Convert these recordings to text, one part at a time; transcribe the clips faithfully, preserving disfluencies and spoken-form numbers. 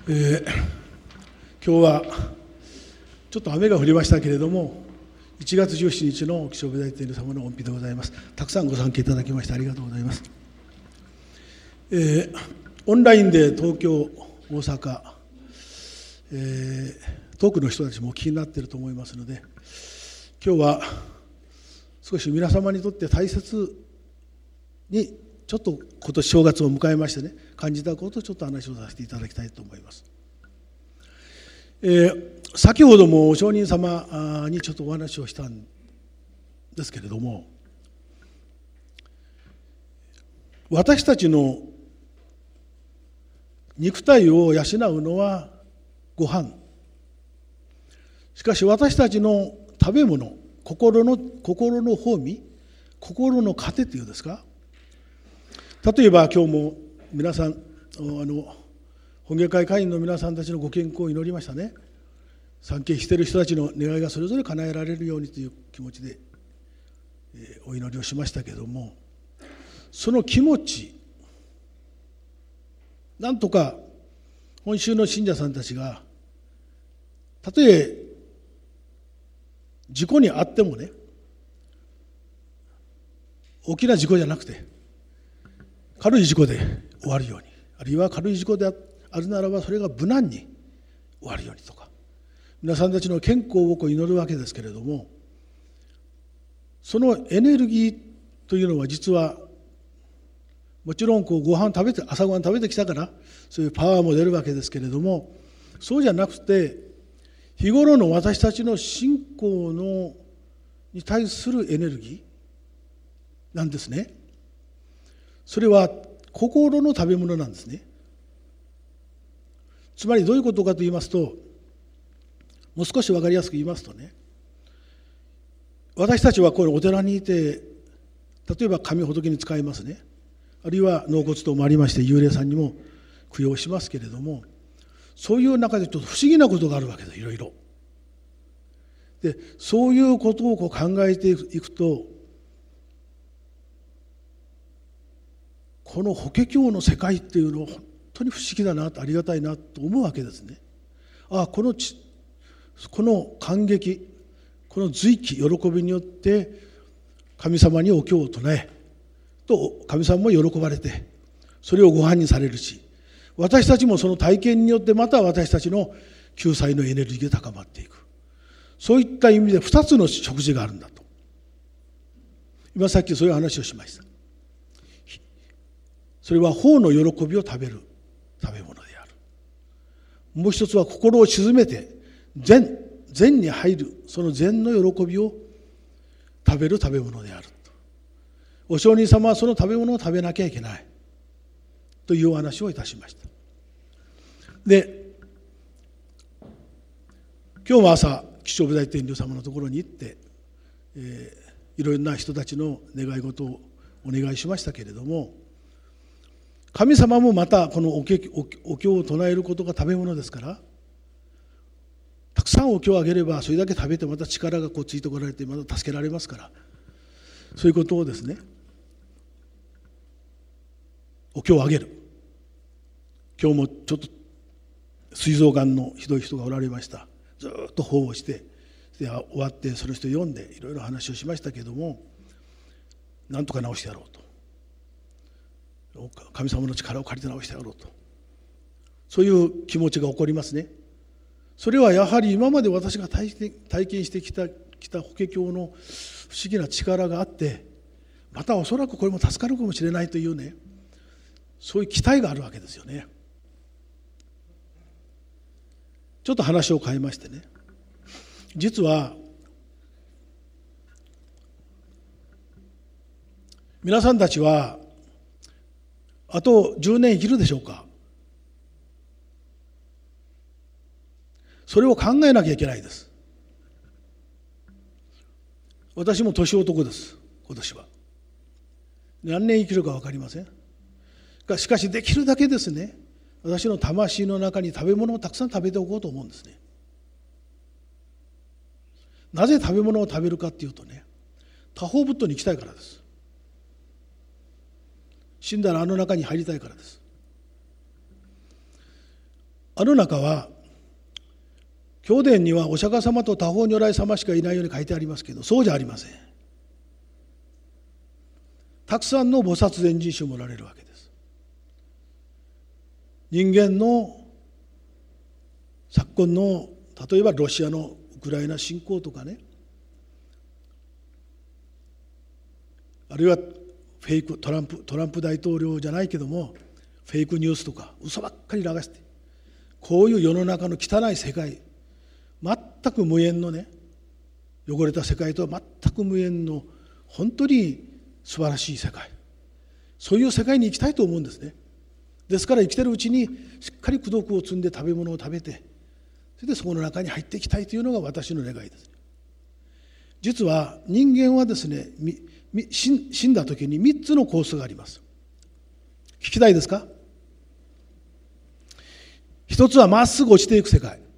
えー、今日はちょっと雨が降りましたけれども、いちがつじゅうしちにちの気象部大天様の御日でございます。たくさんご参加いただきましてありがとうございます。えー、オンラインで東京、大阪、えー、遠くの人たちも気になっていると思いますので、今日は少し皆様にとって大切にちょっと今年正月を迎えましてね、感じたことをちょっと話をさせていただきたいと思います。えー、先ほども上人様にちょっとお話をしたんですけれども、私たちの肉体を養うのはご飯。しかし私たちの食べ物、心の心の褒美、心の糧というんですか。例えば今日も皆さん、あの本下会会員の皆さんたちのご健康を祈りましたね。参詣している人たちの願いがそれぞれ叶えられるようにという気持ちで、えー、お祈りをしましたけれども、その気持ち、なんとか本州の信者さんたちが、たとえ事故にあってもね、大きな事故じゃなくて軽い事故で終わるように、あるいは軽い事故であるならばそれが無難に終わるようにとか、皆さんたちの健康をこう祈るわけですけれども、そのエネルギーというのは実はもちろんこうご飯食べて朝ごはん食べてきたからそういうパワーも出るわけですけれども、そうじゃなくて日頃の私たちの信仰のに対するエネルギーなんですね。それは心の食べ物なんですね。つまりどういうことかと言いますと、もう少し分かりやすく言いますとね、私たちはこのお寺にいて、例えば神仏に使いますね、あるいは納骨堂もありまして幽霊さんにも供養しますけれども、そういう中でちょっと不思議なことがあるわけです。いろいろで、そういうことをこう考えていくと、この法華経の世界っていうのは本当に不思議だなと、ありがたいなと思うわけですね。ああ、このちこの感激、この随喜、喜びによって神様にお経を唱えと神様も喜ばれて、それをご飯にされるし、私たちもその体験によってまた私たちの救済のエネルギーが高まっていく。そういった意味で二つの食事があるんだと、今さっきそういう話をしました。それは法の喜びを食べる食べ物である。もう一つは心を静めて禅禅に入る、その禅の喜びを食べる食べ物であると。お上人様はその食べ物を食べなきゃいけないというお話をいたしました。で、今日も朝気象部大天竜様のところに行って、えー、いろいろな人たちの願い事をお願いしましたけれども、神様もまたこのお経を唱えることが食べ物ですから、たくさんお経をあげればそれだけ食べてまた力がこうついてこられてまた助けられますから、そういうことをですね、お経をあげる。今日もちょっと膵臓がんのひどい人がおられました。ずっと法をしてで終わって、その人読んでいろいろ話をしましたけれども、なんとか治してやろうと、神様の力を借りて治してやろうと、そういう気持ちが起こりますね。それはやはり今まで私が体験してきた、きた法華経の不思議な力があって、またおそらくこれも助かるかもしれないというね、そういう期待があるわけですよね。ちょっと話を変えましてね、実は皆さんたちはあとじゅうねん生きるでしょうか。それを考えなきゃいけないです。私も年男です。今年は何年生きるか分かりません。しかしできるだけですね、私の魂の中に食べ物をたくさん食べておこうと思うんですね。なぜ食べ物を食べるかっていうとね、多宝仏塔に行きたいからです。死んだらあの中に入りたいからです。 あの中は経典にはお釈迦様と他方如来様しかいないように書いてありますけど、そうじゃありません。たくさんの菩薩前人衆もおられるわけです。人間の昨今の例えばロシアのウクライナ侵攻とかね、あるいはフェイクトランプトランプ大統領じゃないけどもフェイクニュースとか嘘ばっかり流して、こういう世の中の汚い世界、全く無縁のね、汚れた世界とは全く無縁の本当に素晴らしい世界、そういう世界に生きたいと思うんですね。ですから生きてるうちにしっかり功徳を積んで食べ物を食べて、それでそこの中に入っていきたいというのが私の願いです。実は人間はですね、死んだ時にみっつのコースがあります。聞きたいですか？一つはまっすぐ落ちていく世界、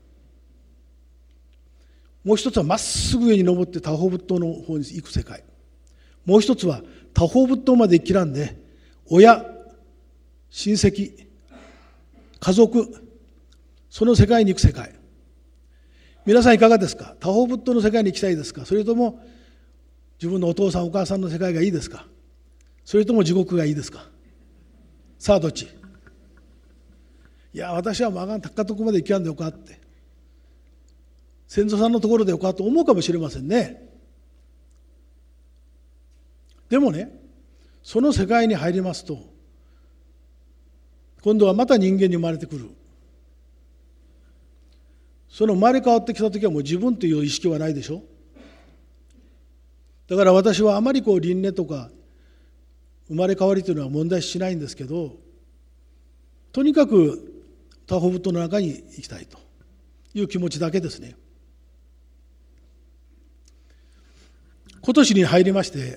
もう一つはまっすぐ上に登って多宝仏塔の方に行く世界、もう一つは多宝仏塔まで行きらんで親、親戚、家族、その世界に行く世界。皆さんいかがですか？多宝仏塔の世界に行きたいですか？それとも自分のお父さんお母さんの世界がいいですか？それとも地獄がいいですか？さあどっち？いや私はまがん高かとこまで行きやんでよかって、先祖さんのところでよかと思うかもしれませんね。でもね、その世界に入りますと今度はまた人間に生まれてくる。その生まれ変わってきた時はもう自分という意識はないでしょ。だから私はあまりこう輪廻とか生まれ変わりというのは問題視しないんですけど、とにかく多宝仏塔の中に行きたいという気持ちだけですね。今年に入りまして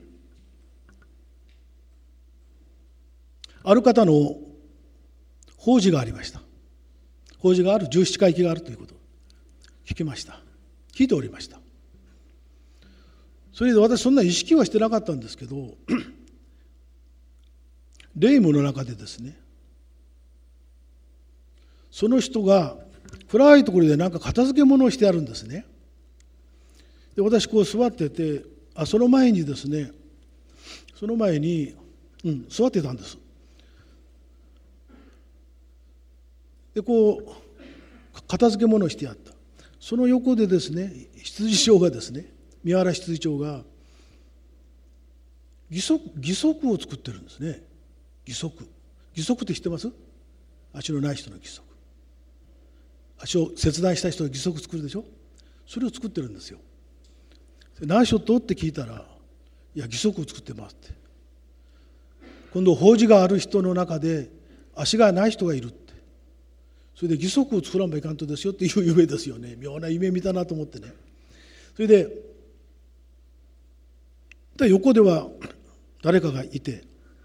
ある方の法事がありました。法事がある、十七回忌があるということを聞きました。聞いておりました。それで私そんな意識はしてなかったんですけど霊夢の中でですね、その人が暗いところで何か片付け物をしてあるんですね。で私こう座ってて、あその前にですねその前に、うん、座ってたんです。でこう片付け物をしてあった。その横でですね執事長がですね三原執事長が義足義足を作ってるんですね。義足義足って知ってます？足のない人の義足、足を切断した人が義足作るでしょ。それを作ってるんですよ。何しよっとって聞いたら、いや義足を作ってますって。今度法事がある人の中で足がない人がいるって、それで義足を作らんばいかんとですよっていう夢ですよね。妙な夢見たなと思ってね。それでで横では誰かがいて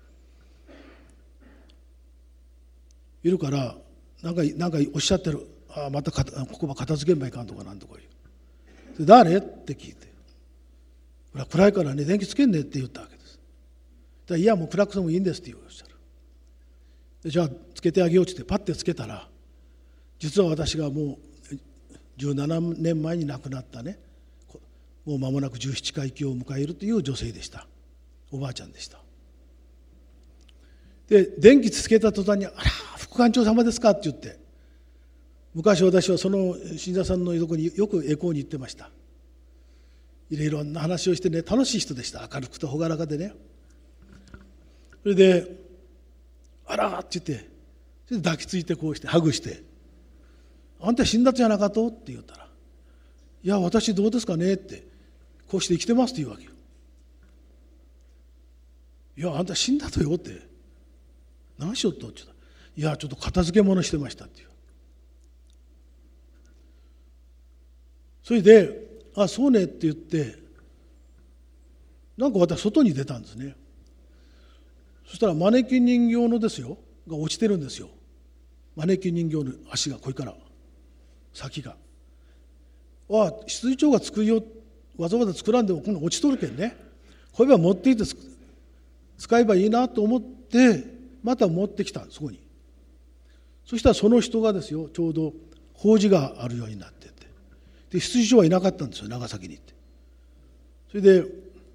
いるから、なんかなんかおっしゃってる。ああまたかここは片付けんばいかんとかなんとか言う。で誰って聞いて、ほら暗いからね電気つけんねって言ったわけです。でいやもう暗くてもいいんですって言うおっしゃる。でじゃあつけてあげようって言ってパッてつけたら、実は私がもうじゅうななねんまえに亡くなったね、もう間もなく十七回忌を迎えるという女性でした。おばあちゃんでした。で電気つけた途端に「あら副館長様ですか」って言って、昔私はその信者さんのとこによくエコーに行ってました。いろいろな話をしてね、楽しい人でした。明るくて朗らかでね。それで「あら」って言って、それで抱きついてこうしてハグして「あんた死んだじゃなかと?」って言ったら「いや私どうですかね」って、こうして生きてますって言うわけよ。いやあんた死んだとよって、何しよっとって言ったら、いやちょっと片付け物してましたっていう。それで「あそうね」って言って、なんか私外に出たんですね。そしたらマネキン人形のですよが落ちてるんですよ。マネキン人形の足がこれから先が、ああ執事長が作りよわざわざ作らんでも今度落ちとるけんね、これは持っていって使えばいいなと思ってまた持ってきた。そこにそしたらその人がですよ、ちょうど法事があるようになってて、で執事長はいなかったんですよ、長崎に行って。それで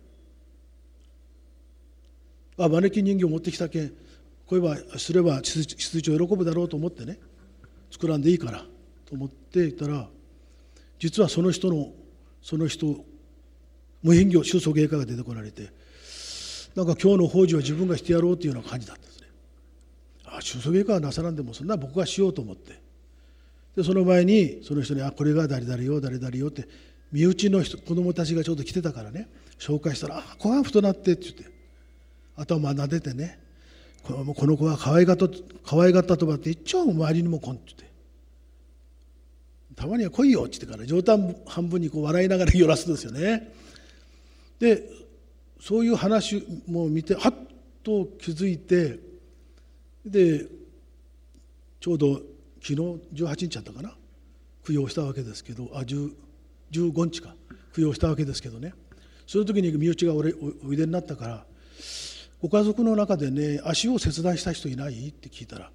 あ招き人形持ってきたけん、こういえばすれば執事長喜ぶだろうと思ってね、作らんでいいからと思っていたら、実はその人のその人無変業宗祖芸家が出てこられて、なんか今日の法事は自分がしてやろうというような感じだったんですね。ああ、宗祖芸家はなさらんでもそんな僕がしようと思って、でその前にその人に「あこれが誰々よ誰々よ」って身内の人子供たちがちょうど来てたからね、紹介したら「あこが太なって」って言って頭撫でてね、このこの子は可愛がった可愛がったとばって一応周りにもこんって言って、たまには来いよって言ってから冗談半分にこう笑いながら寄らすんですよね。でそういう話も見てはっと気づいて、でちょうど昨日じゅうはちにちだったかな、供養したわけですけど、あじゅうごにちか供養したわけですけどね、その時に身内がおいでになったから、ご家族の中でね足を切断した人いないって聞いたら、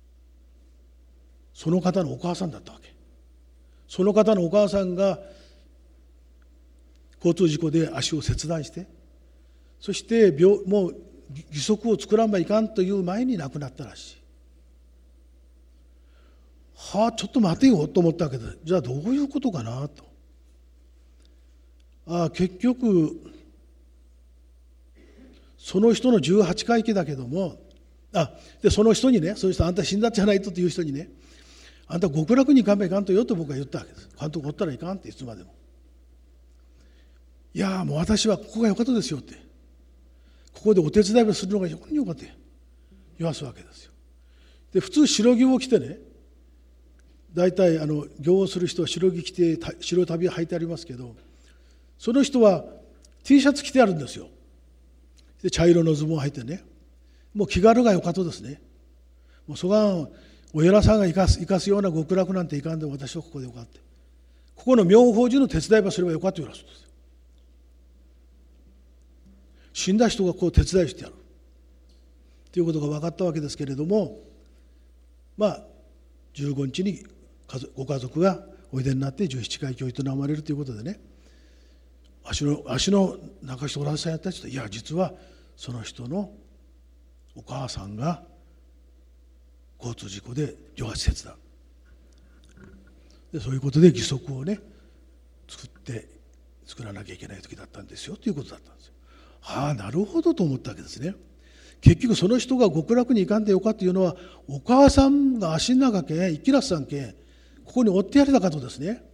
その方のお母さんだったわけ。その方のお母さんが交通事故で足を切断して、そして病もう義足を作らんばいかんという前に亡くなったらしい。はあちょっと待てよと思ったわけです。じゃあどういうことかなと。ああ結局その人のじゅうはちかい忌だけども、あでその人にね、そういう人あんた死んだんじゃないとっていう人にね、あんた極楽に行かんばいかんとよと僕は言ったわけです。監督おったらいかんっていつまでも。いやもう私はここが良かったですよって、ここでお手伝いをするのが非常に良かった言わすわけですよ。で普通白着を着てね、大体あの行をする人は白着着て白旅履いてありますけど、その人は T シャツ着てあるんですよ。で茶色のズボン履いてね、もう気軽が良かったですね。もうそがんお偉さんが生かす生かすような極楽なんていかんで、私はここでよかって、ここの妙法寺の手伝いばすればよかった言わすんですよ。死んだ人がこう手伝いしてやるということが分かったわけですけれども、まあじゅうごにちにご家族がおいでになってじゅうしちかい忌を営まれるということでね、足の足の中人おらさんやった人は、いや実はその人のお母さんが交通事故で両足切断で、そういうことで義足をね作って作らなきゃいけない時だったんですよということだったんですよ。ああなるほどと思ったわけですね。結局その人が極楽に行かんでよかっていうのは、お母さんが足の中けん生きらすさんけんここに追ってやれたかとですね、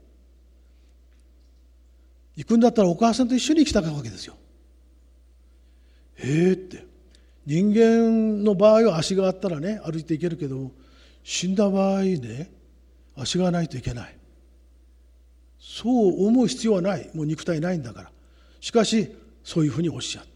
行くんだったらお母さんと一緒に行きたかったわけですよ。へえって、人間の場合は足があったらね歩いていけるけど、死んだ場合ね足がないといけない、そう思う必要はない、もう肉体ないんだから。しかしそういうふうにおっしゃった。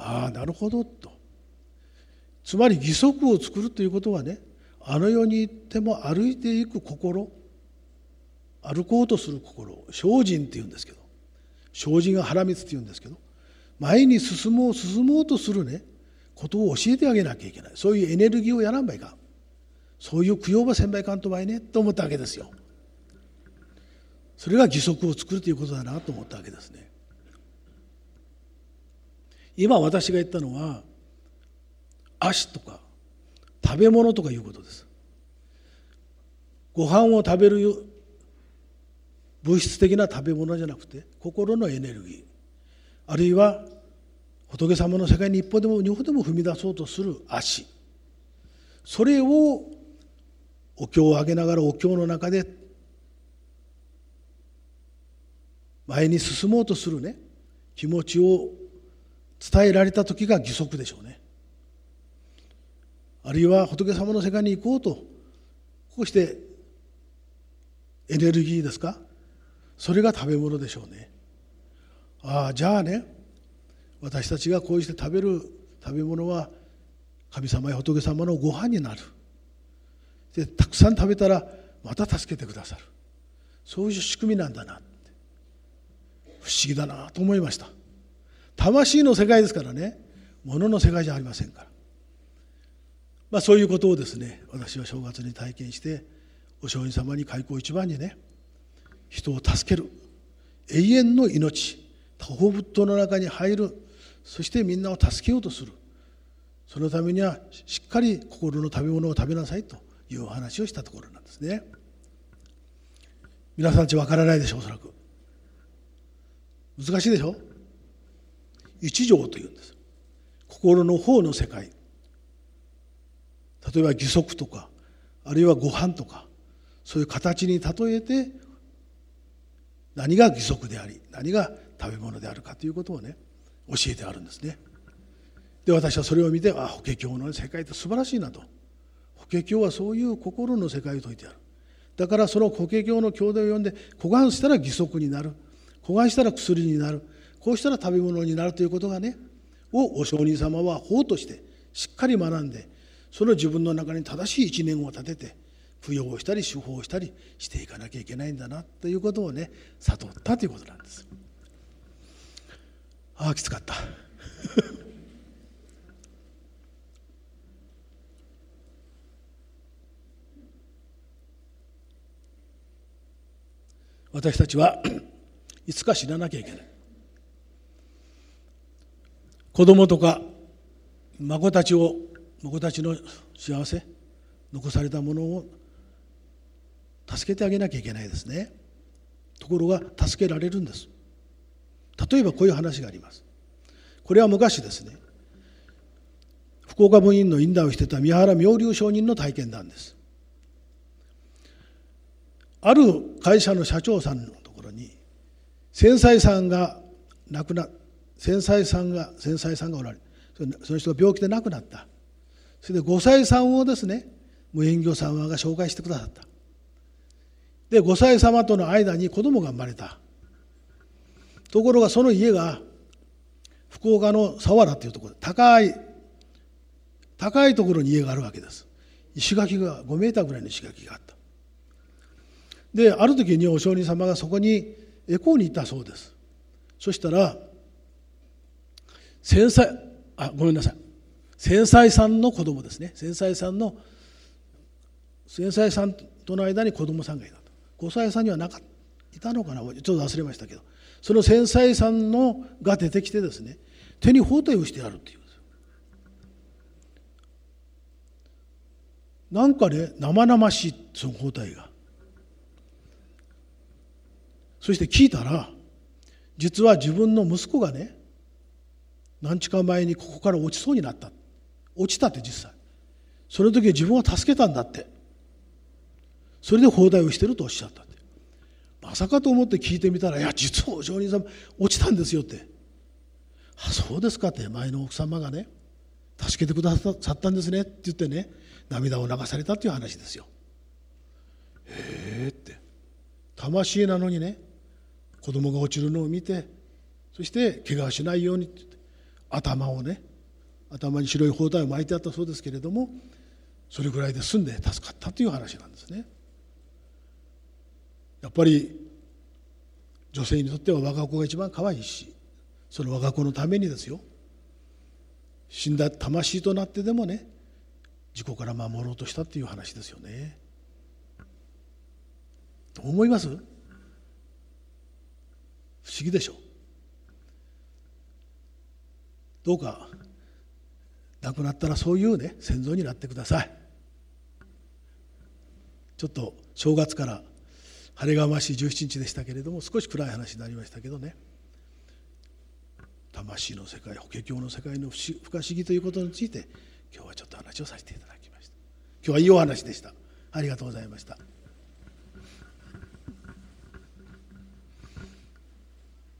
ああなるほどと。つまり義足を作るということはね、あの世に行っても歩いていく心、歩こうとする心、精進っていうんですけど、精進が腹密っていうんですけど、前に進もう進もうとするねことを教えてあげなきゃいけない。そういうエネルギーをやらんばいかん、そういう供養ばせんばいかんとばいねと思ったわけですよ。それが義足を作るということだなと思ったわけですね。今私が言ったのは足とか食べ物とかいうことです。ご飯を食べる物質的な食べ物じゃなくて、心のエネルギー、あるいは仏様の世界に一歩でも二歩でも踏み出そうとする足、それをお経をあげながらお経の中で前に進もうとするね気持ちを伝えられた時が義足でしょうね。あるいは仏様の世界に行こうとこうしてエネルギーですか、それが食べ物でしょうね。ああじゃあね、私たちがこうして食べる食べ物は神様や仏様のご飯になる。でたくさん食べたらまた助けてくださる、そういう仕組みなんだなって不思議だなと思いました。魂の世界ですからね、物の世界じゃありませんから。 まあ、そういうことをですね、私は正月に体験して、お上人様に開口一番にね、人を助ける永遠の命、多宝仏塔の中に入る、そしてみんなを助けようとする、そのためにはしっかり心の食べ物を食べなさいというお話をしたところなんですね。皆さんたち分からないでしょう、おそらく。難しいでしょ。一条というんです。心の方の世界。例えば義足とか、あるいはご飯とか、そういう形に例えて、何が義足であり、何が食べ物であるかということをね、教えてあるんですね。で、私はそれを見て、あ、法華経の世界って素晴らしいなと。法華経はそういう心の世界を説いてある。だからその法華経の経典を読んで、こがんしたら義足になる、こがんしたら薬になる、こうしたら食べ物になるということがね、をお上人様は法としてしっかり学んで、その自分の中に正しい一念を立てて、扶養をしたり守法をしたりしていかなきゃいけないんだなということをね、悟ったということなんです。ああ、きつかった。私たちはいつか死ななきゃいけない。子供とか孫たちを、孫たちの幸せ、残されたものを助けてあげなきゃいけないですね。ところが助けられるんです。例えばこういう話があります。これは昔ですね、福岡分院の院談をしていた宮原妙龍上人の体験談です。ある会社の社長さんのところに先妻さんが亡くな先妻さんが先妻さんがおられ、その人が病気で亡くなった。それでご妻さんをですね、無縁業様が紹介してくださった。で、ご妻様との間に子供が生まれた。ところがその家が福岡の佐原というところで、高い高いところに家があるわけです。石垣がごメーターぐらいの石垣があった。で、ある時にお上人様がそこに回向に行ったそうです。そしたら先妻あごめんなさい先妻さんの子供ですね。先妻さんの先妻さんとの間に子供さんがいたと。ご妻さんにはなかったいたのかな、ちょっと忘れましたけど、その先妻さんのが出てきてですね、手に包帯をしてやるっていうんですよ。なんかね、生々しい、その包帯が。そして聞いたら、実は自分の息子がね、何日か前にここから落ちそうになった。落ちたって実際。その時自分は助けたんだって。それで包帯をしてるとおっしゃったって。まさかと思って聞いてみたら、いや、実はお上人様落ちたんですよって。あ、そうですかって、前の奥様がね、助けてくださったんですねって言ってね、涙を流されたっていう話ですよ。へえって。魂なのにね、子供が落ちるのを見て、そして怪我をしないようにって言って頭をね、頭に白い包帯を巻いてあったそうですけれども、それぐらいで済んで助かったという話なんですね。やっぱり女性にとっては我が子が一番可愛いし、その我が子のためにですよ、死んだ魂となってでもね、事故から守ろうとしたっていう話ですよね。どう思います？不思議でしょ。どうか亡くなったらそういうね、先祖になってください。ちょっと正月から晴れがましいじゅうしちにちでしたけれども、少し暗い話になりましたけどね、魂の世界、法華経の世界の不可思議ということについて今日はちょっと話をさせていただきました。今日はいいお話でした。ありがとうございました。